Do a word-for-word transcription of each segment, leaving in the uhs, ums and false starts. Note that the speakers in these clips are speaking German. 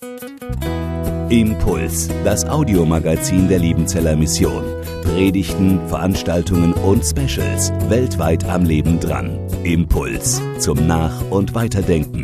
Impuls, das Audiomagazin der Liebenzeller Mission. Predigten, Veranstaltungen und Specials weltweit am Leben dran. Impuls zum Nach- und Weiterdenken.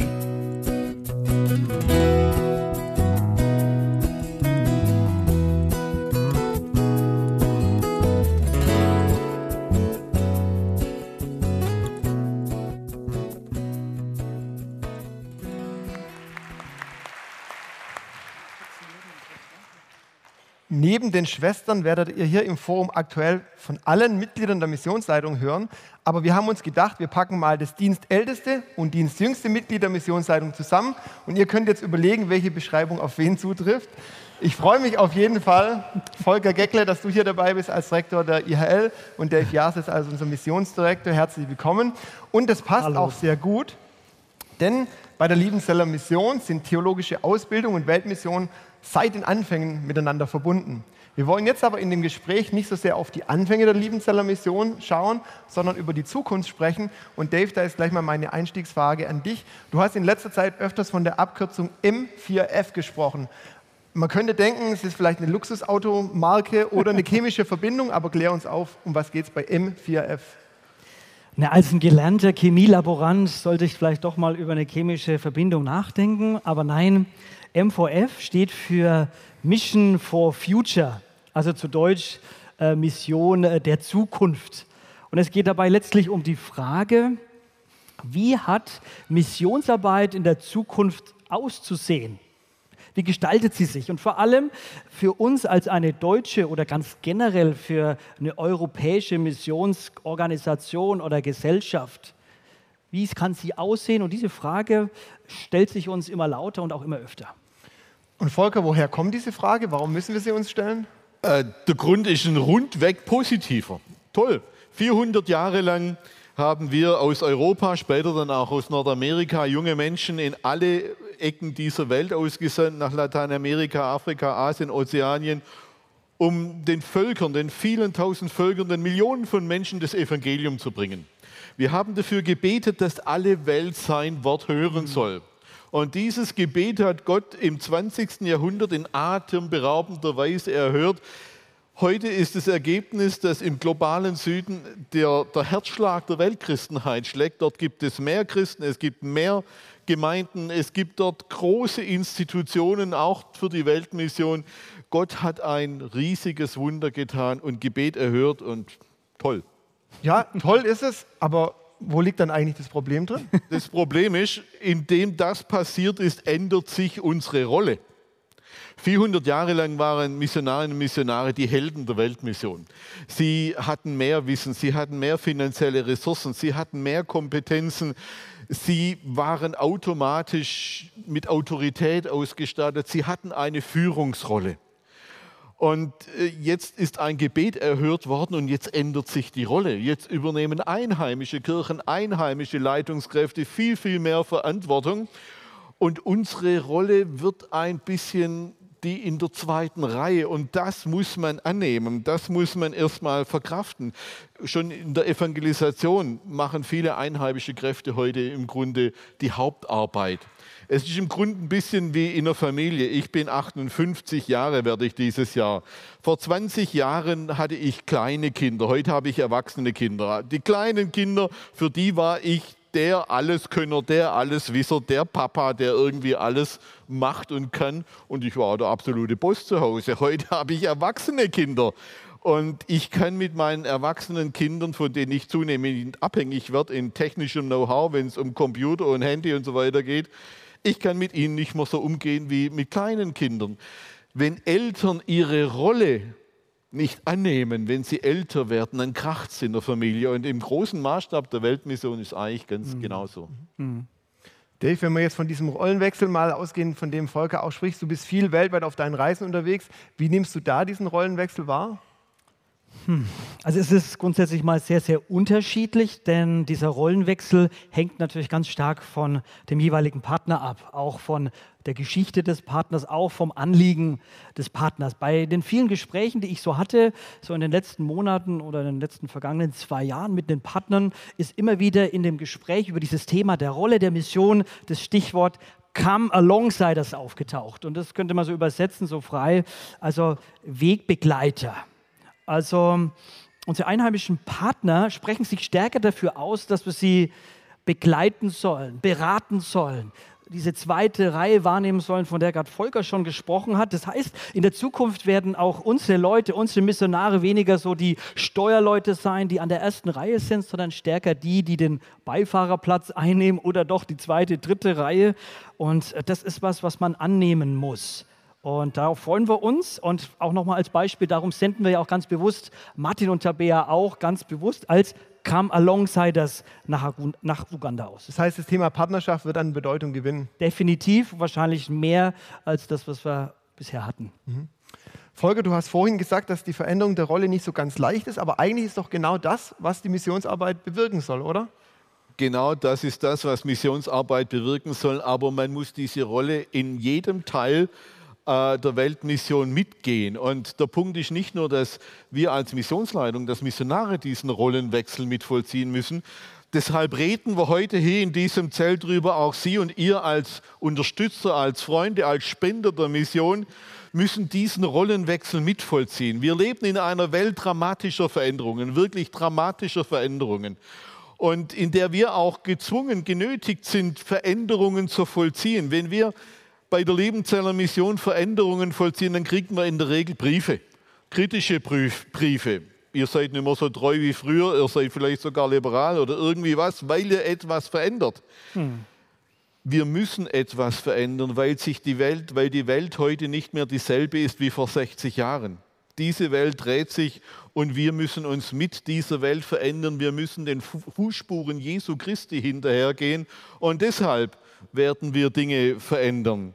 Neben den Schwestern werdet ihr hier im Forum aktuell von allen Mitgliedern der Missionsleitung hören. Aber wir haben uns gedacht, wir packen mal das dienstälteste und dienstjüngste Mitglied der Missionsleitung zusammen. Und ihr könnt jetzt überlegen, welche Beschreibung auf wen zutrifft. Ich freue mich auf jeden Fall, Volker Geckle, dass du hier dabei bist als Rektor der I H L und Dave Jases als unser Missionsdirektor. Herzlich willkommen. Und das passt Hallo. Auch sehr gut, denn bei der Liebenzeller Mission sind theologische Ausbildung und Weltmission seit den Anfängen miteinander verbunden. Wir wollen jetzt aber in dem Gespräch nicht so sehr auf die Anfänge der Liebenzeller Mission schauen, sondern über die Zukunft sprechen. Und Dave, da ist gleich mal meine Einstiegsfrage an dich. Du hast in letzter Zeit öfters von der Abkürzung M vier F gesprochen. Man könnte denken, es ist vielleicht eine Luxusautomarke oder eine chemische Verbindung, aber klär uns auf, um was geht es bei M vier F? Na, als ein gelernter Chemielaborant sollte ich vielleicht doch mal über eine chemische Verbindung nachdenken, aber nein, M vier F steht für Mission for Future, also zu Deutsch äh, Mission äh, der Zukunft. Und es geht dabei letztlich um die Frage, wie hat Missionsarbeit in der Zukunft auszusehen? Wie gestaltet sie sich? Und vor allem für uns als eine deutsche oder ganz generell für eine europäische Missionsorganisation oder Gesellschaft, wie kann sie aussehen? Und diese Frage stellt sich uns immer lauter und auch immer öfter. Und Volker, woher kommt diese Frage? Warum müssen wir sie uns stellen? Äh, der Grund ist ein rundweg positiver. Toll. vierhundert Jahre lang haben wir aus Europa, später dann auch aus Nordamerika, junge Menschen in alle Ecken dieser Welt ausgesandt, nach Lateinamerika, Afrika, Asien, Ozeanien, um den Völkern, den vielen tausend Völkern, den Millionen von Menschen das Evangelium zu bringen. Wir haben dafür gebetet, dass alle Welt sein Wort hören soll. Und dieses Gebet hat Gott im zwanzigsten Jahrhundert in atemberaubender Weise erhört. Heute ist das Ergebnis, dass im globalen Süden der, der Herzschlag der Weltchristenheit schlägt. Dort gibt es mehr Christen, es gibt mehr Gemeinden, es gibt dort große Institutionen, auch für die Weltmission. Gott hat ein riesiges Wunder getan und Gebet erhört und toll. Ja, toll ist es, aber wo liegt dann eigentlich das Problem drin? Das Problem ist, indem das passiert ist, ändert sich unsere Rolle. vierhundert Jahre lang waren Missionarinnen und Missionare die Helden der Weltmission. Sie hatten mehr Wissen, sie hatten mehr finanzielle Ressourcen, sie hatten mehr Kompetenzen, sie waren automatisch mit Autorität ausgestattet, sie hatten eine Führungsrolle. Und jetzt ist ein Gebet erhört worden und jetzt ändert sich die Rolle. Jetzt übernehmen einheimische Kirchen, einheimische Leitungskräfte viel, viel mehr Verantwortung. Und unsere Rolle wird ein bisschen die in der zweiten Reihe. Und das muss man annehmen, das muss man erstmal verkraften. Schon in der Evangelisation machen viele einheimische Kräfte heute im Grunde die Hauptarbeit. Es ist im Grunde ein bisschen wie in der Familie. Ich bin achtundfünfzig Jahre, werde ich dieses Jahr. Vor zwanzig Jahren hatte ich kleine Kinder, heute habe ich erwachsene Kinder. Die kleinen Kinder, für die war ich der Alleskönner, der Alleswisser, der Papa, der irgendwie alles macht und kann. Und ich war der absolute Boss zu Hause. Heute habe ich erwachsene Kinder. Und ich kann mit meinen erwachsenen Kindern, von denen ich zunehmend abhängig werde, in technischem Know-how, wenn es um Computer und Handy und so weiter geht, ich kann mit ihnen nicht mehr so umgehen wie mit kleinen Kindern. Wenn Eltern ihre Rolle nicht annehmen, wenn sie älter werden, dann kracht es in der Familie. Und im großen Maßstab der Weltmission ist eigentlich ganz mhm. genauso. Mhm. Dave, wenn wir jetzt von diesem Rollenwechsel mal ausgehen, von dem Volker auch spricht, du bist viel weltweit auf deinen Reisen unterwegs. Wie nimmst du da diesen Rollenwechsel wahr? Hm. Also es ist grundsätzlich mal sehr, sehr unterschiedlich, denn dieser Rollenwechsel hängt natürlich ganz stark von dem jeweiligen Partner ab, auch von der Geschichte des Partners, auch vom Anliegen des Partners. Bei den vielen Gesprächen, die ich so hatte, so in den letzten Monaten oder in den letzten vergangenen zwei Jahren mit den Partnern, ist immer wieder in dem Gespräch über dieses Thema der Rolle der Mission das Stichwort Come Alongside Us aufgetaucht. Und das könnte man so übersetzen, so frei, also Wegbegleiter. Also unsere einheimischen Partner sprechen sich stärker dafür aus, dass wir sie begleiten sollen, beraten sollen, diese zweite Reihe wahrnehmen sollen, von der gerade Volker schon gesprochen hat. Das heißt, in der Zukunft werden auch unsere Leute, unsere Missionare weniger so die Steuerleute sein, die an der ersten Reihe sind, sondern stärker die, die den Beifahrerplatz einnehmen oder doch die zweite, dritte Reihe. Und das ist was, was man annehmen muss. Und darauf freuen wir uns. Und auch nochmal als Beispiel, darum senden wir ja auch ganz bewusst Martin und Tabea auch ganz bewusst als Come Alongside Us nach, nach Uganda aus. Das heißt, das Thema Partnerschaft wird an Bedeutung gewinnen. Definitiv, wahrscheinlich mehr als das, was wir bisher hatten. Mhm. Volker, du hast vorhin gesagt, dass die Veränderung der Rolle nicht so ganz leicht ist, aber eigentlich ist doch genau das, was die Missionsarbeit bewirken soll, oder? Genau das ist das, was Missionsarbeit bewirken soll, aber man muss diese Rolle in jedem Teil der Weltmission mitgehen. Und der Punkt ist nicht nur, dass wir als Missionsleitung, dass Missionare diesen Rollenwechsel mit vollziehen müssen. Deshalb reden wir heute hier in diesem Zelt drüber, auch Sie und ihr als Unterstützer, als Freunde, als Spender der Mission müssen diesen Rollenwechsel mit vollziehen. Wir leben in einer Welt dramatischer Veränderungen, wirklich dramatischer Veränderungen. Und in der wir auch gezwungen, genötigt sind, Veränderungen zu vollziehen. Wenn wir bei der Liebenzeller Mission Veränderungen vollziehen, dann kriegen wir in der Regel Briefe, kritische Briefe. Ihr seid nicht mehr so treu wie früher, ihr seid vielleicht sogar liberal oder irgendwie was, weil ihr etwas verändert. Hm. Wir müssen etwas verändern, weil sich die Welt, weil die Welt heute nicht mehr dieselbe ist wie vor sechzig Jahren. Diese Welt dreht sich und wir müssen uns mit dieser Welt verändern. Wir müssen den Fußspuren Jesu Christi hinterhergehen und deshalb werden wir Dinge verändern.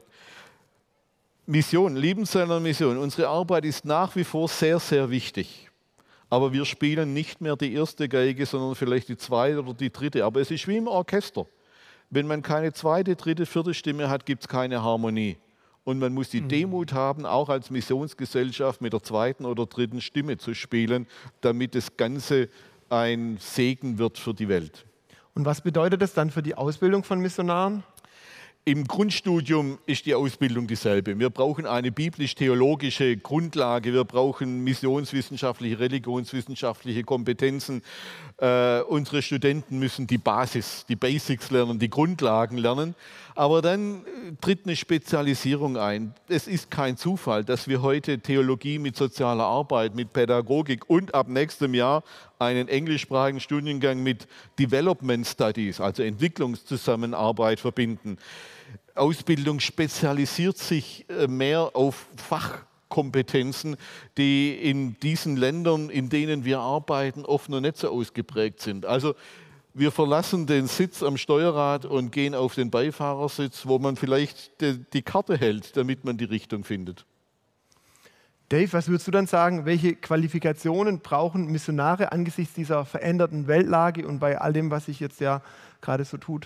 Mission, Liebenzeller Mission, unsere Arbeit ist nach wie vor sehr, sehr wichtig. Aber wir spielen nicht mehr die erste Geige, sondern vielleicht die zweite oder die dritte. Aber es ist wie im Orchester. Wenn man keine zweite, dritte, vierte Stimme hat, gibt es keine Harmonie. Und man muss die mhm. Demut haben, auch als Missionsgesellschaft mit der zweiten oder dritten Stimme zu spielen, damit das Ganze ein Segen wird für die Welt. Und was bedeutet das dann für die Ausbildung von Missionaren? Im Grundstudium ist die Ausbildung dieselbe. Wir brauchen eine biblisch-theologische Grundlage, wir brauchen missionswissenschaftliche, religionswissenschaftliche Kompetenzen. Äh, unsere Studenten müssen die Basis, die Basics lernen, die Grundlagen lernen. Aber dann tritt eine Spezialisierung ein. Es ist kein Zufall, dass wir heute Theologie mit sozialer Arbeit, mit Pädagogik und ab nächstem Jahr einen englischsprachigen Studiengang mit Development Studies, also Entwicklungszusammenarbeit, verbinden. Ausbildung spezialisiert sich mehr auf Fachkompetenzen, die in diesen Ländern, in denen wir arbeiten, oft noch nicht so ausgeprägt sind. Also wir verlassen den Sitz am Steuerrad und gehen auf den Beifahrersitz, wo man vielleicht die, die Karte hält, damit man die Richtung findet. Dave, was würdest du dann sagen, welche Qualifikationen brauchen Missionare angesichts dieser veränderten Weltlage und bei all dem, was sich jetzt ja gerade so tut?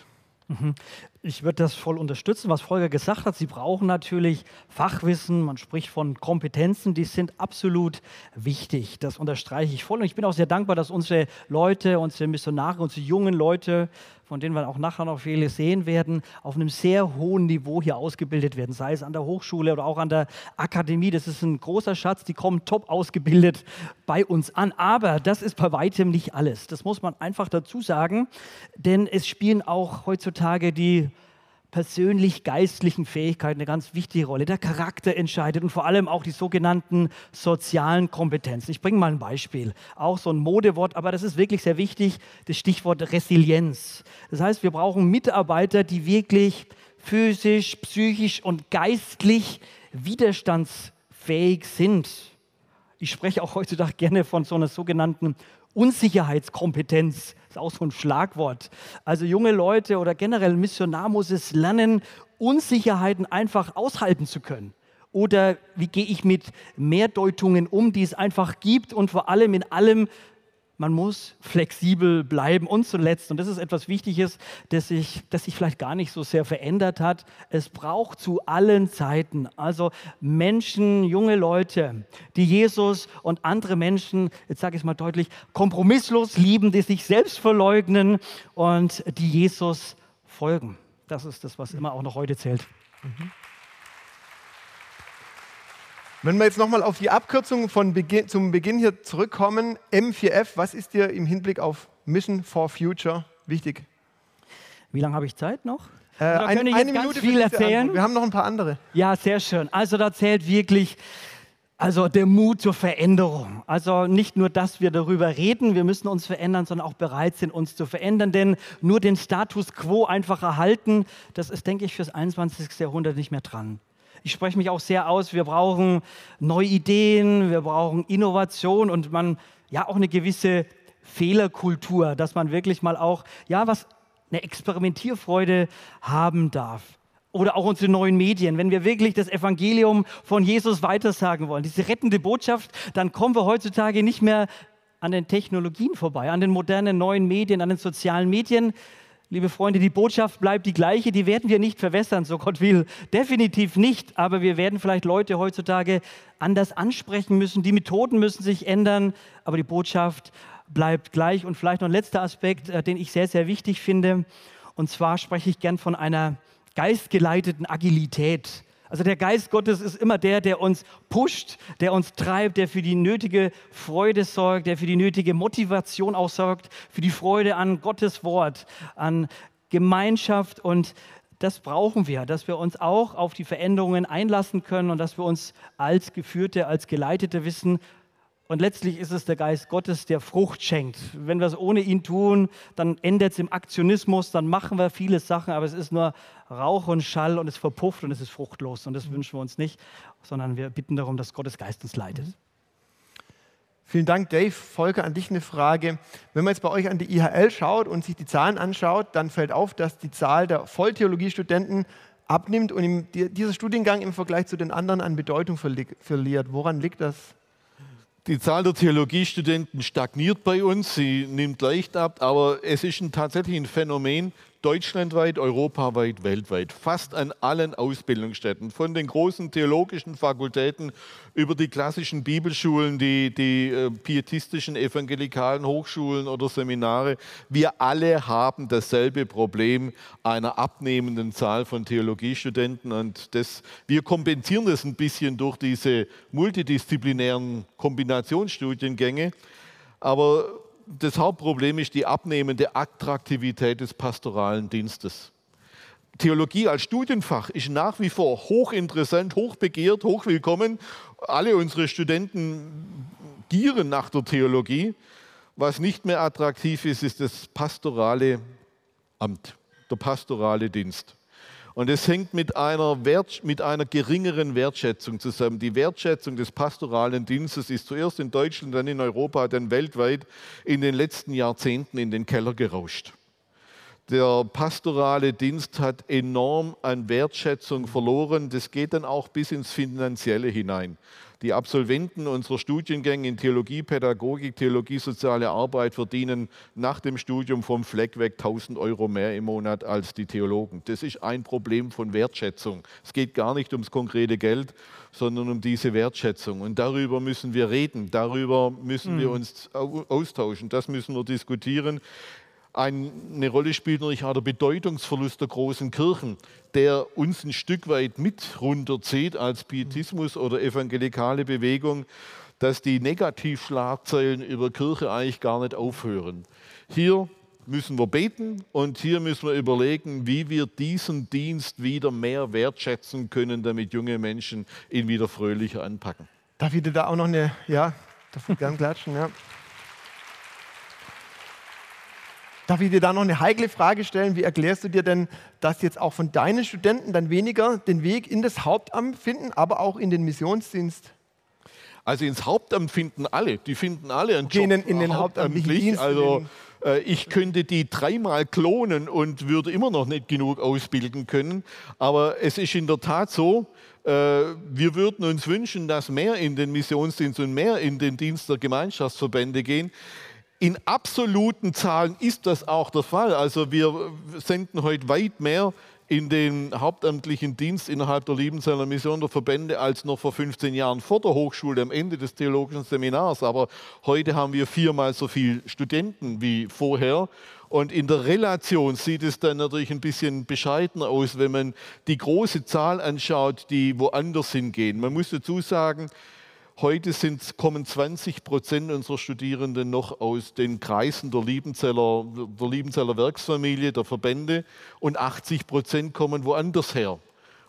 Ich würde das voll unterstützen, was Volker gesagt hat. Sie brauchen natürlich Fachwissen, man spricht von Kompetenzen, die sind absolut wichtig. Das unterstreiche ich voll. Und ich bin auch sehr dankbar, dass unsere Leute, unsere Missionare, unsere jungen Leute, von denen wir auch nachher noch viele sehen werden, auf einem sehr hohen Niveau hier ausgebildet werden, sei es an der Hochschule oder auch an der Akademie. Das ist ein großer Schatz, die kommen top ausgebildet bei uns an. Aber das ist bei weitem nicht alles. Das muss man einfach dazu sagen, denn es spielen auch heutzutage die persönlich-geistlichen Fähigkeiten eine ganz wichtige Rolle. Der Charakter entscheidet und vor allem auch die sogenannten sozialen Kompetenzen. Ich bringe mal ein Beispiel, auch so ein Modewort, aber das ist wirklich sehr wichtig, das Stichwort Resilienz. Das heißt, wir brauchen Mitarbeiter, die wirklich physisch, psychisch und geistlich widerstandsfähig sind. Ich spreche auch heutzutage gerne von so einer sogenannten Unsicherheitskompetenz. Das ist auch so ein Schlagwort. Also junge Leute oder generell ein Missionar muss es lernen, Unsicherheiten einfach aushalten zu können. Oder wie gehe ich mit Mehrdeutungen um, die es einfach gibt und vor allem in allem, man muss flexibel bleiben. Und zuletzt, und das ist etwas Wichtiges, das sich, das sich vielleicht gar nicht so sehr verändert hat, es braucht zu allen Zeiten, also Menschen, junge Leute, die Jesus und andere Menschen, jetzt sage ich es mal deutlich, kompromisslos lieben, die sich selbst verleugnen und die Jesus folgen. Das ist das, was immer auch noch heute zählt. Mhm. Wenn wir jetzt nochmal auf die Abkürzung von Beginn, zum Beginn hier zurückkommen, M vier F, was ist dir im Hinblick auf Mission for Future wichtig? Wie lange habe ich Zeit noch? Äh, ein, ich eine jetzt Minute viel erzählen. Wir haben noch ein paar andere. Ja, sehr schön. Also da zählt wirklich also der Mut zur Veränderung. Also nicht nur, dass wir darüber reden, wir müssen uns verändern, sondern auch bereit sind, uns zu verändern. Denn nur den Status quo einfach erhalten, das ist, denke ich, fürs einundzwanzigste Jahrhundert nicht mehr dran. Ich spreche mich auch sehr aus, wir brauchen neue Ideen, wir brauchen Innovation und man, ja, auch eine gewisse Fehlerkultur, dass man wirklich mal auch, ja, was, eine Experimentierfreude haben darf. Oder auch unsere neuen Medien. Wenn wir wirklich das Evangelium von Jesus weitersagen wollen, diese rettende Botschaft, dann kommen wir heutzutage nicht mehr an den Technologien vorbei, an den modernen neuen Medien, an den sozialen Medien. Liebe Freunde, die Botschaft bleibt die gleiche, die werden wir nicht verwässern, so Gott will. Definitiv nicht, aber wir werden vielleicht Leute heutzutage anders ansprechen müssen. Die Methoden müssen sich ändern, aber die Botschaft bleibt gleich. Und vielleicht noch ein letzter Aspekt, den ich sehr, sehr wichtig finde. Und zwar spreche ich gern von einer geistgeleiteten Agilität. Also der Geist Gottes ist immer der, der uns pusht, der uns treibt, der für die nötige Freude sorgt, der für die nötige Motivation auch sorgt, für die Freude an Gottes Wort, an Gemeinschaft. Und das brauchen wir, dass wir uns auch auf die Veränderungen einlassen können und dass wir uns als Geführte, als Geleitete wissen. Und letztlich ist es der Geist Gottes, der Frucht schenkt. Wenn wir es ohne ihn tun, dann endet es im Aktionismus, dann machen wir viele Sachen, aber es ist nur Rauch und Schall und es verpufft und es ist fruchtlos. Und das wünschen wir uns nicht, sondern wir bitten darum, dass Gottes Geist uns leitet. Vielen Dank, Dave. Volker, an dich eine Frage. Wenn man jetzt bei euch an die I H L schaut und sich die Zahlen anschaut, dann fällt auf, dass die Zahl der Volltheologiestudenten abnimmt und im, dieser Studiengang im Vergleich zu den anderen an Bedeutung verliert. Woran liegt das? Die Zahl der Theologiestudenten stagniert bei uns, sie nimmt leicht ab, aber es ist ein, tatsächlich ein Phänomen, deutschlandweit, europaweit, weltweit, fast an allen Ausbildungsstätten, von den großen theologischen Fakultäten über die klassischen Bibelschulen, die, die äh, pietistischen evangelikalen Hochschulen oder Seminare. Wir alle haben dasselbe Problem einer abnehmenden Zahl von Theologiestudenten und das, wir kompensieren das ein bisschen durch diese multidisziplinären Kombinationsstudiengänge, aber das Hauptproblem ist die abnehmende Attraktivität des pastoralen Dienstes. Theologie als Studienfach ist nach wie vor hochinteressant, hochbegehrt, hochwillkommen. Alle unsere Studenten gieren nach der Theologie. Was nicht mehr attraktiv ist, ist das pastorale Amt, der pastorale Dienst. Und es hängt mit einer, Wert, mit einer geringeren Wertschätzung zusammen. Die Wertschätzung des pastoralen Dienstes ist zuerst in Deutschland, dann in Europa, dann weltweit in den letzten Jahrzehnten in den Keller gerauscht. Der pastorale Dienst hat enorm an Wertschätzung verloren. Das geht dann auch bis ins Finanzielle hinein. Die Absolventen unserer Studiengänge in Theologie, Pädagogik, Theologie, soziale Arbeit verdienen nach dem Studium vom Fleck weg tausend Euro mehr im Monat als die Theologen. Das ist ein Problem von Wertschätzung. Es geht gar nicht ums konkrete Geld, sondern um diese Wertschätzung. Und darüber müssen wir reden, darüber müssen mhm. wir uns austauschen, das müssen wir diskutieren. Eine Rolle spielt natürlich auch der Bedeutungsverlust der großen Kirchen, der uns ein Stück weit mit runterzieht als Pietismus oder evangelikale Bewegung, dass die Negativschlagzeilen über Kirche eigentlich gar nicht aufhören. Hier müssen wir beten und hier müssen wir überlegen, wie wir diesen Dienst wieder mehr wertschätzen können, damit junge Menschen ihn wieder fröhlicher anpacken. Darf ich dir da auch noch eine, ja, darf ich gern klatschen, ja. Darf ich dir da noch eine heikle Frage stellen? Wie erklärst du dir denn, dass jetzt auch von deinen Studenten dann weniger den Weg in das Hauptamt finden, aber auch in den Missionsdienst? Also ins Hauptamt finden alle, die finden alle einen okay, Job in, in den hauptamtlichen Dienst. Also äh, ich könnte die dreimal klonen und würde immer noch nicht genug ausbilden können. Aber es ist in der Tat so, äh, wir würden uns wünschen, dass mehr in den Missionsdienst und mehr in den Dienst der Gemeinschaftsverbände gehen. In absoluten Zahlen ist das auch der Fall. Also wir senden heute weit mehr in den hauptamtlichen Dienst innerhalb der Liebenzeller Mission der Verbände als noch vor fünfzehn Jahren vor der Hochschule am Ende des theologischen Seminars. Aber heute haben wir viermal so viele Studenten wie vorher. Und in der Relation sieht es dann natürlich ein bisschen bescheidener aus, wenn man die große Zahl anschaut, die woanders hingehen. Man muss dazu sagen, heute sind, kommen zwanzig Prozent unserer Studierenden noch aus den Kreisen der Liebenzeller, der Liebenzeller Werksfamilie, der Verbände, und achtzig Prozent kommen woanders her.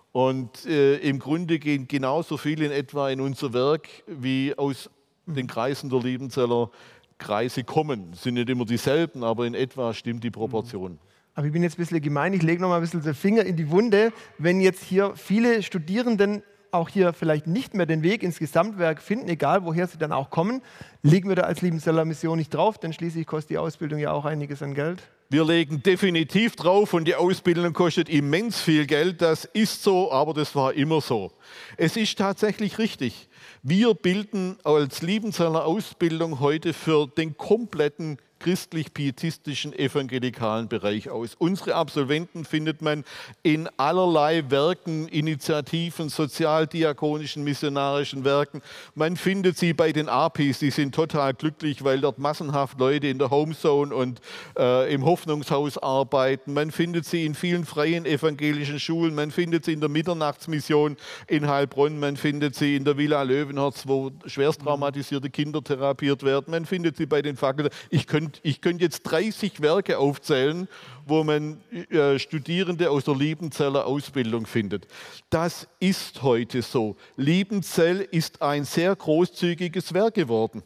Und äh, im Grunde gehen genauso viele in etwa in unser Werk wie aus den Kreisen der Liebenzeller Kreise kommen. Es sind nicht immer dieselben, aber in etwa stimmt die Proportion. Aber ich bin jetzt ein bisschen gemein, ich lege noch mal ein bisschen den Finger in die Wunde, wenn jetzt hier viele Studierenden auch hier vielleicht nicht mehr den Weg ins Gesamtwerk finden, egal woher sie dann auch kommen, legen wir da als Liebenzeller Mission nicht drauf, denn schließlich kostet die Ausbildung ja auch einiges an Geld. Wir legen definitiv drauf und die Ausbildung kostet immens viel Geld. Das ist so, aber das war immer so. Es ist tatsächlich richtig. Wir bilden als Liebenzeller Ausbildung heute für den kompletten christlich-pietistischen evangelikalen Bereich aus. Unsere Absolventen findet man in allerlei Werken, Initiativen, sozialdiakonischen, missionarischen Werken. Man findet sie bei den A P Is, die sind total glücklich, weil dort massenhaft Leute in der Homezone und äh, im Hoffnungshaus arbeiten. Man findet sie in vielen freien evangelischen Schulen, man findet sie in der Mitternachtsmission in Heilbronn, man findet sie in der Villa Löwenherz, wo schwerst traumatisierte Kinder therapiert werden. Man findet sie bei den Fakultäten. Ich könnte Ich könnte jetzt dreißig Werke aufzählen, wo man äh, Studierende aus der Liebenzeller Ausbildung findet. Das ist heute so. Liebenzell ist ein sehr großzügiges Werk geworden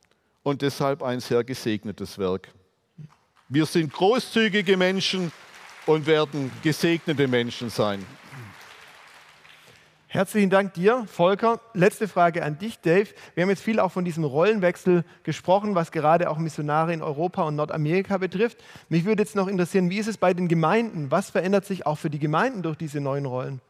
und deshalb ein sehr gesegnetes Werk. Wir sind großzügige Menschen und werden gesegnete Menschen sein. Herzlichen Dank dir, Volker. Letzte Frage an dich, Dave. Wir haben jetzt viel auch von diesem Rollenwechsel gesprochen, was gerade auch Missionare in Europa und Nordamerika betrifft. Mich würde jetzt noch interessieren, wie ist es bei den Gemeinden? Was verändert sich auch für die Gemeinden durch diese neuen Rollen?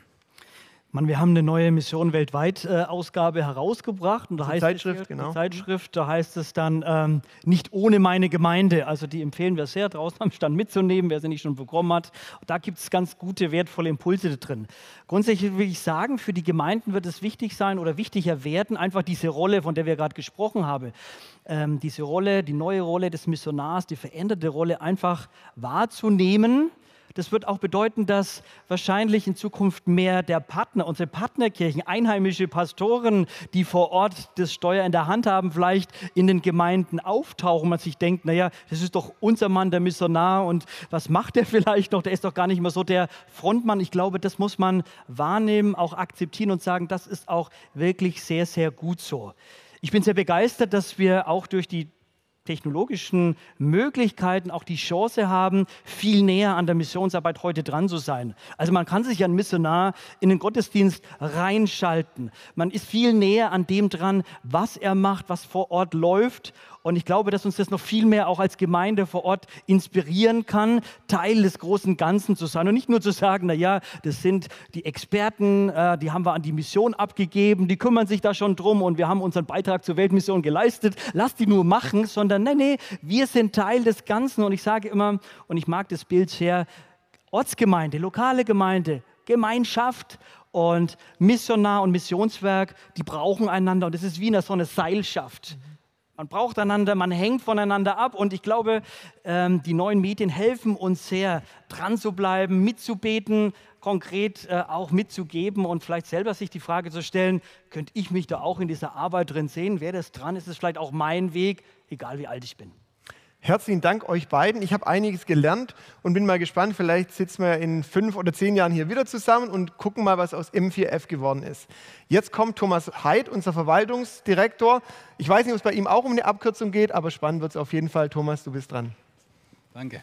Man, wir haben eine neue Mission weltweit äh, Ausgabe herausgebracht. Und da heißt Zeitschrift, es, genau. Zeitschrift, da heißt es dann ähm, nicht ohne meine Gemeinde. Also die empfehlen wir sehr, draußen am Stand mitzunehmen, wer sie nicht schon bekommen hat. Da gibt es ganz gute, wertvolle Impulse drin. Grundsätzlich will ich sagen, für die Gemeinden wird es wichtig sein oder wichtiger werden, einfach diese Rolle, von der wir gerade gesprochen haben, ähm, diese Rolle, die neue Rolle des Missionars, die veränderte Rolle einfach wahrzunehmen. Das wird auch bedeuten, dass wahrscheinlich in Zukunft mehr der Partner, unsere Partnerkirchen, einheimische Pastoren, die vor Ort das Steuer in der Hand haben, vielleicht in den Gemeinden auftauchen. Man sich denkt, naja, das ist doch unser Mann, der Missionar, und was macht der vielleicht noch? Der ist doch gar nicht mehr so der Frontmann. Ich glaube, das muss man wahrnehmen, auch akzeptieren und sagen, das ist auch wirklich sehr, sehr gut so. Ich bin sehr begeistert, dass wir auch durch die technologischen Möglichkeiten auch die Chance haben, viel näher an der Missionsarbeit heute dran zu sein. Also man kann sich ein Missionar in den Gottesdienst reinschalten. Man ist viel näher an dem dran, was er macht, was vor Ort läuft. Und ich glaube, dass uns das noch viel mehr auch als Gemeinde vor Ort inspirieren kann, Teil des großen Ganzen zu sein. Und nicht nur zu sagen, naja, das sind die Experten, äh, die haben wir an die Mission abgegeben, die kümmern sich da schon drum und wir haben unseren Beitrag zur Weltmission geleistet. Lass die nur machen, sondern nee, nee, wir sind Teil des Ganzen. Und ich sage immer, und ich mag das Bild sehr, Ortsgemeinde, lokale Gemeinde, Gemeinschaft und Missionar und Missionswerk, die brauchen einander. Und das ist wie in so eine Seilschaft. Man braucht einander, man hängt voneinander ab, und ich glaube, ähm, die neuen Medien helfen uns sehr, dran zu bleiben, mitzubeten, konkret äh, auch mitzugeben und vielleicht selber sich die Frage zu stellen, könnte ich mich da auch in dieser Arbeit drin sehen? Wäre das dran? Ist es vielleicht auch mein Weg, egal wie alt ich bin? Herzlichen Dank euch beiden. Ich habe einiges gelernt und bin mal gespannt, vielleicht sitzen wir in fünf oder zehn Jahren hier wieder zusammen und gucken mal, was aus M vier F geworden ist. Jetzt kommt Thomas Heid, unser Verwaltungsdirektor. Ich weiß nicht, ob es bei ihm auch um eine Abkürzung geht, aber spannend wird es auf jeden Fall. Thomas, du bist dran. Danke.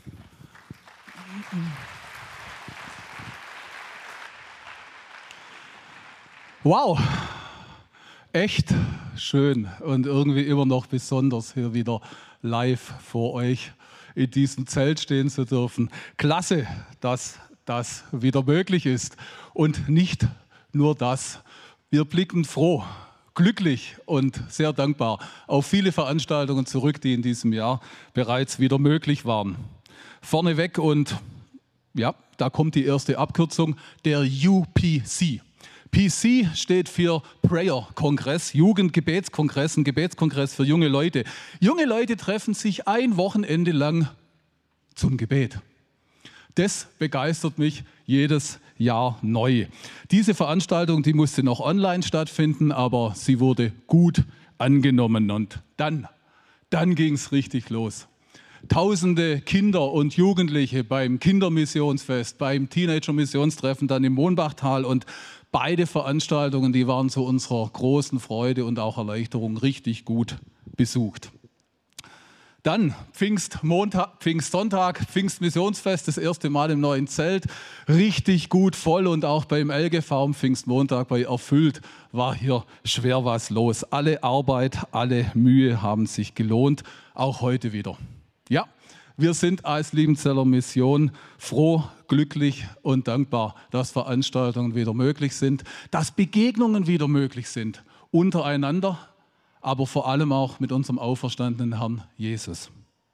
Wow, echt schön und irgendwie immer noch besonders, hier wieder live vor euch in diesem Zelt stehen zu dürfen. Klasse, dass das wieder möglich ist. Und nicht nur das, wir blicken froh, glücklich und sehr dankbar auf viele Veranstaltungen zurück, die in diesem Jahr bereits wieder möglich waren. Vorneweg und Ja, da kommt die erste Abkürzung, der U P C. P C steht für Prayer-Kongress, Jugendgebetskongress, ein Gebetskongress für junge Leute. Junge Leute treffen sich ein Wochenende lang zum Gebet. Das begeistert mich jedes Jahr neu. Diese Veranstaltung, die musste noch online stattfinden, aber sie wurde gut angenommen. Und dann, dann ging es richtig los. Tausende Kinder und Jugendliche beim Kindermissionsfest, beim Teenager-Missionstreffen dann im Mohnbachtal, und beide Veranstaltungen, die waren zu unserer großen Freude und auch Erleichterung richtig gut besucht. Dann Pfingstmontag, Pfingstsonntag, Pfingstmissionsfest, das erste Mal im neuen Zelt, richtig gut voll, und auch beim L G V am Pfingstmontag bei Erfüllt war hier schwer was los. Alle Arbeit, alle Mühe haben sich gelohnt, auch heute wieder. Ja, wir sind als Liebenzeller Mission froh, glücklich und dankbar, dass Veranstaltungen wieder möglich sind, dass Begegnungen wieder möglich sind, untereinander, aber vor allem auch mit unserem auferstandenen Herrn Jesus.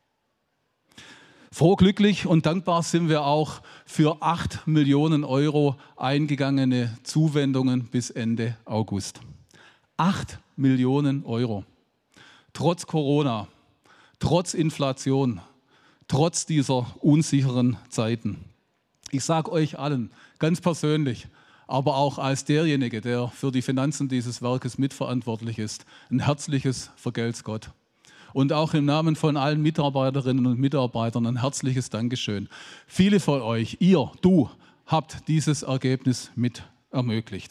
Froh, glücklich und dankbar sind wir auch für acht Millionen Euro eingegangene Zuwendungen bis Ende August. acht Millionen Euro. Trotz Corona, trotz Inflation, trotz dieser unsicheren Zeiten. Ich sage euch allen ganz persönlich, aber auch als derjenige, der für die Finanzen dieses Werkes mitverantwortlich ist, ein herzliches Vergelt's Gott. Und auch im Namen von allen Mitarbeiterinnen und Mitarbeitern ein herzliches Dankeschön. Viele von euch, ihr, du, habt dieses Ergebnis mit ermöglicht.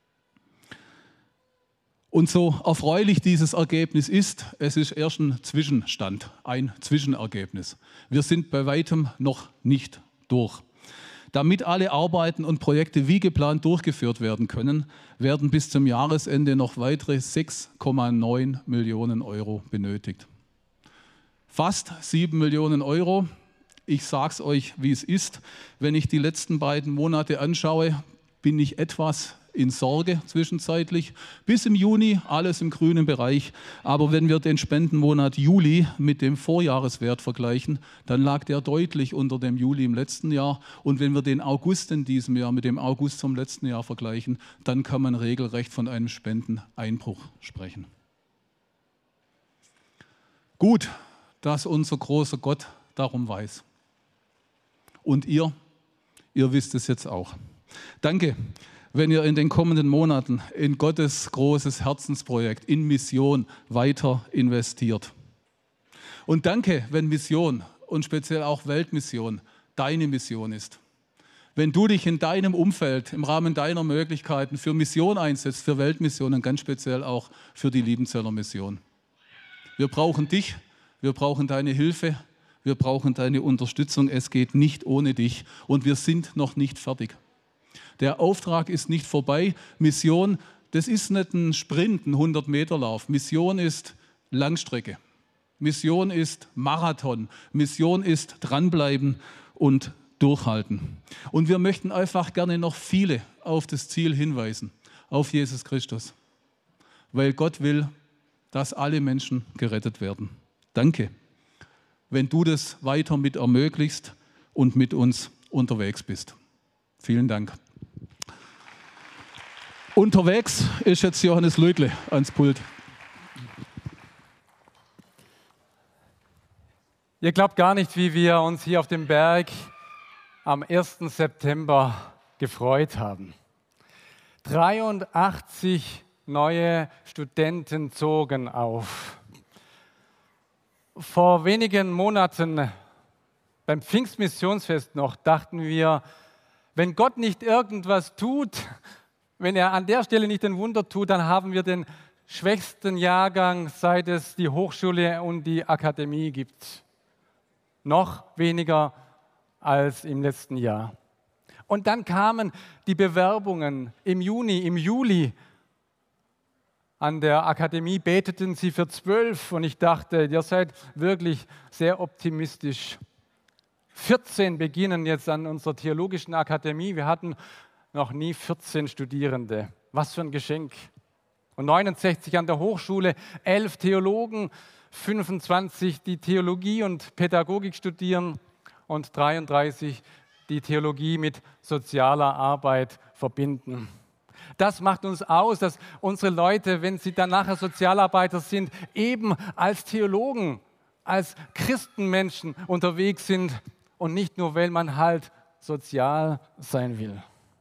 Und so erfreulich dieses Ergebnis ist, es ist erst ein Zwischenstand, ein Zwischenergebnis. Wir sind bei weitem noch nicht durch. Damit alle Arbeiten und Projekte wie geplant durchgeführt werden können, werden bis zum Jahresende noch weitere sechs Komma neun Millionen Euro benötigt. Fast sieben Millionen Euro. Ich sage es euch, wie es ist. Wenn ich die letzten beiden Monate anschaue, bin ich etwas in Sorge zwischenzeitlich. Bis im Juni alles im grünen Bereich. Aber wenn wir den Spendenmonat Juli mit dem Vorjahreswert vergleichen, dann lag der deutlich unter dem Juli im letzten Jahr. Und wenn wir den August in diesem Jahr mit dem August vom letzten Jahr vergleichen, dann kann man regelrecht von einem Spendeneinbruch sprechen. Gut, dass unser großer Gott darum weiß. Und ihr, ihr wisst es jetzt auch. Danke, wenn ihr in den kommenden Monaten in Gottes großes Herzensprojekt, in Mission weiter investiert. Und danke, wenn Mission und speziell auch Weltmission deine Mission ist. Wenn du dich in deinem Umfeld, im Rahmen deiner Möglichkeiten für Mission einsetzt, für Weltmission und ganz speziell auch für die Liebenzeller Mission. Wir brauchen dich, wir brauchen deine Hilfe, wir brauchen deine Unterstützung. Es geht nicht ohne dich und wir sind noch nicht fertig. Der Auftrag ist nicht vorbei. Mission, das ist nicht ein Sprint, ein hundert-Meter-Lauf. Mission ist Langstrecke. Mission ist Marathon. Mission ist dranbleiben und durchhalten. Und wir möchten einfach gerne noch viele auf das Ziel hinweisen, auf Jesus Christus. Weil Gott will, dass alle Menschen gerettet werden. Danke, wenn du das weiter mit ermöglichst und mit uns unterwegs bist. Vielen Dank. Unterwegs ist jetzt Johannes Leutle ans Pult. Ihr glaubt gar nicht, wie wir uns hier auf dem Berg am ersten September gefreut haben. dreiundachtzig neue Studenten zogen auf. Vor wenigen Monaten beim Pfingstmissionsfest noch dachten wir, wenn Gott nicht irgendwas tut, wenn er an der Stelle nicht ein Wunder tut, dann haben wir den schwächsten Jahrgang, seit es die Hochschule und die Akademie gibt. Noch weniger als im letzten Jahr. Und dann kamen die Bewerbungen im Juni, im Juli. An der Akademie beteten sie für zwölf und ich dachte, ihr seid wirklich sehr optimistisch. vierzehn beginnen jetzt an unserer Theologischen Akademie. Wir hatten noch nie vierzehn Studierende. Was für ein Geschenk. Und neunundsechzig an der Hochschule, elf Theologen, fünfundzwanzig, die Theologie und Pädagogik studieren und dreiunddreißig, die Theologie mit sozialer Arbeit verbinden. Das macht uns aus, dass unsere Leute, wenn sie dann nachher Sozialarbeiter sind, eben als Theologen, als Christenmenschen unterwegs sind und nicht nur, weil man halt sozial sein will.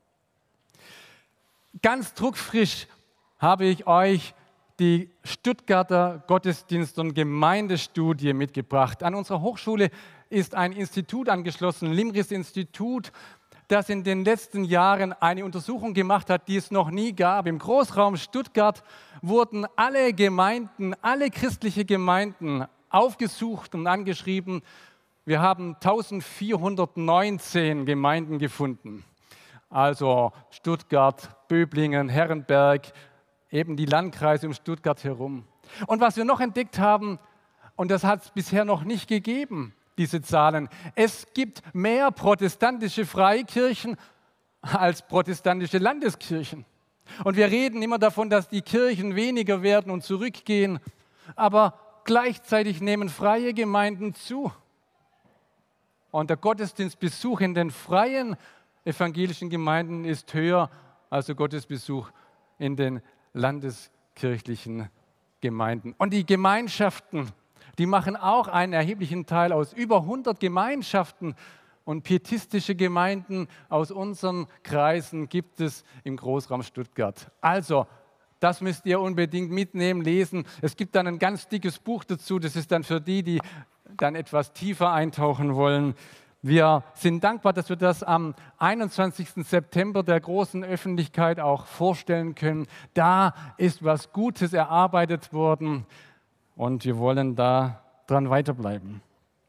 Ganz druckfrisch habe ich euch die Stuttgarter Gottesdienst- und Gemeindestudie mitgebracht. An unserer Hochschule ist ein Institut angeschlossen, Limris-Institut, das in den letzten Jahren eine Untersuchung gemacht hat, die es noch nie gab. Im Großraum Stuttgart wurden alle Gemeinden, alle christliche Gemeinden aufgesucht und angeschrieben. Wir haben eintausendvierhundertneunzehn Gemeinden gefunden. Also Stuttgart, Böblingen, Herrenberg, eben die Landkreise um Stuttgart herum. Und was wir noch entdeckt haben, und das hat es bisher noch nicht gegeben, diese Zahlen, es gibt mehr protestantische Freikirchen als protestantische Landeskirchen. Und wir reden immer davon, dass die Kirchen weniger werden und zurückgehen, aber gleichzeitig nehmen freie Gemeinden zu. Und der Gottesdienstbesuch in den freien evangelischen Gemeinden ist höher als der Gottesbesuch in den landeskirchlichen Gemeinden. Und die Gemeinschaften, die machen auch einen erheblichen Teil aus. Über hundert Gemeinschaften und pietistische Gemeinden aus unseren Kreisen gibt es im Großraum Stuttgart. Also, das müsst ihr unbedingt mitnehmen, lesen. Es gibt dann ein ganz dickes Buch dazu. Das ist dann für die, die dann etwas tiefer eintauchen wollen. Wir sind dankbar, dass wir das am einundzwanzigsten September der großen Öffentlichkeit auch vorstellen können. Da ist was Gutes erarbeitet worden. Und wir wollen da dran weiterbleiben.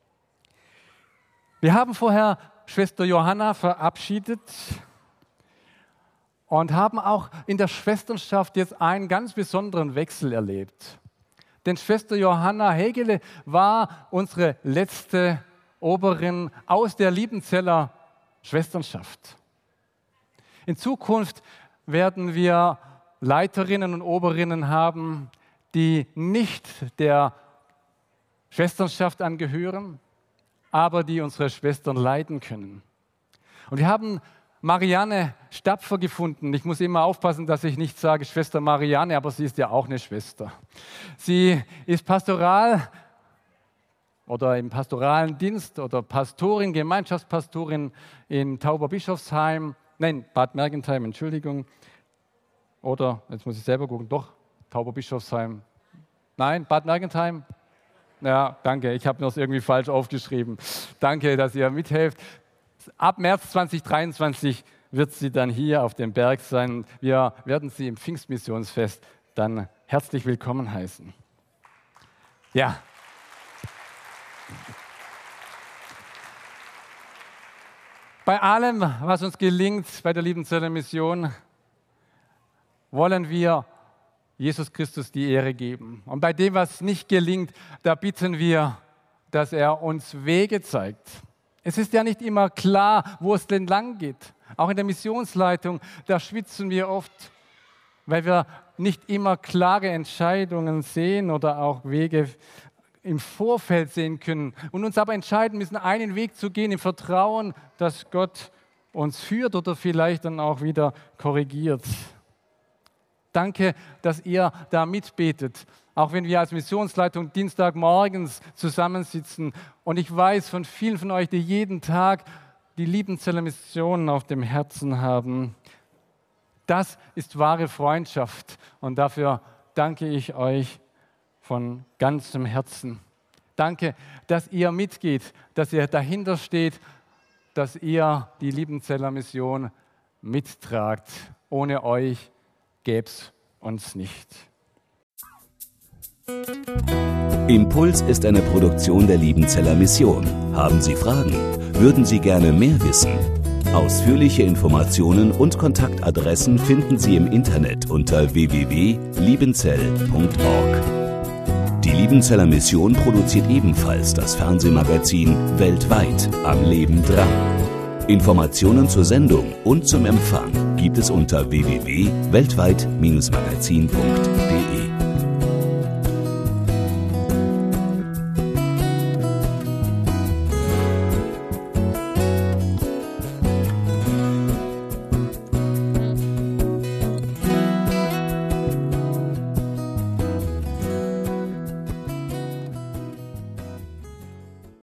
Wir haben vorher Schwester Johanna verabschiedet und haben auch in der Schwesternschaft jetzt einen ganz besonderen Wechsel erlebt. Denn Schwester Johanna Hegele war unsere letzte Oberin aus der Liebenzeller Schwesternschaft. In Zukunft werden wir Leiterinnen und Oberinnen haben, die nicht der Schwesternschaft angehören, aber die unsere Schwestern leiten können. Und wir haben Marianne Stapfer gefunden. Ich muss immer aufpassen, dass ich nicht sage Schwester Marianne, aber sie ist ja auch eine Schwester. Sie ist Pastoral oder im pastoralen Dienst oder Pastorin, Gemeinschaftspastorin in Tauberbischofsheim, nein, Bad Mergentheim, Entschuldigung. Oder, jetzt muss ich selber gucken, doch, Tauberbischofsheim. Nein, Bad Mergentheim? Ja, danke, ich habe das irgendwie falsch aufgeschrieben. Danke, dass ihr mithelft. Ab März zweitausenddreiundzwanzig wird sie dann hier auf dem Berg sein. Wir werden sie im Pfingstmissionsfest dann herzlich willkommen heißen. Ja. Bei allem, was uns gelingt bei der Liebenzeller Mission, wollen wir Jesus Christus die Ehre geben. Und bei dem, was nicht gelingt, da bitten wir, dass er uns Wege zeigt. Es ist ja nicht immer klar, wo es denn lang geht. Auch in der Missionsleitung, da schwitzen wir oft, weil wir nicht immer klare Entscheidungen sehen oder auch Wege im Vorfeld sehen können und uns aber entscheiden müssen, einen Weg zu gehen im Vertrauen, dass Gott uns führt oder vielleicht dann auch wieder korrigiert. Danke, dass ihr da mitbetet, auch wenn wir als Missionsleitung Dienstagmorgens zusammensitzen. Und ich weiß von vielen von euch, die jeden Tag die Liebenzeller Mission auf dem Herzen haben. Das ist wahre Freundschaft und dafür danke ich euch von ganzem Herzen. Danke, dass ihr mitgeht, dass ihr dahinter steht, dass ihr die Liebenzeller Mission mittragt. Ohne euch gäbe es uns nicht. Impuls ist eine Produktion der Liebenzeller Mission. Haben Sie Fragen? Würden Sie gerne mehr wissen? Ausführliche Informationen und Kontaktadressen finden Sie im Internet unter w w w punkt liebenzell punkt org. Die Liebenzeller Mission produziert ebenfalls das Fernsehmagazin Weltweit am Leben dran. Informationen zur Sendung und zum Empfang gibt es unter w w w punkt weltweit Bindestrich magazin punkt de.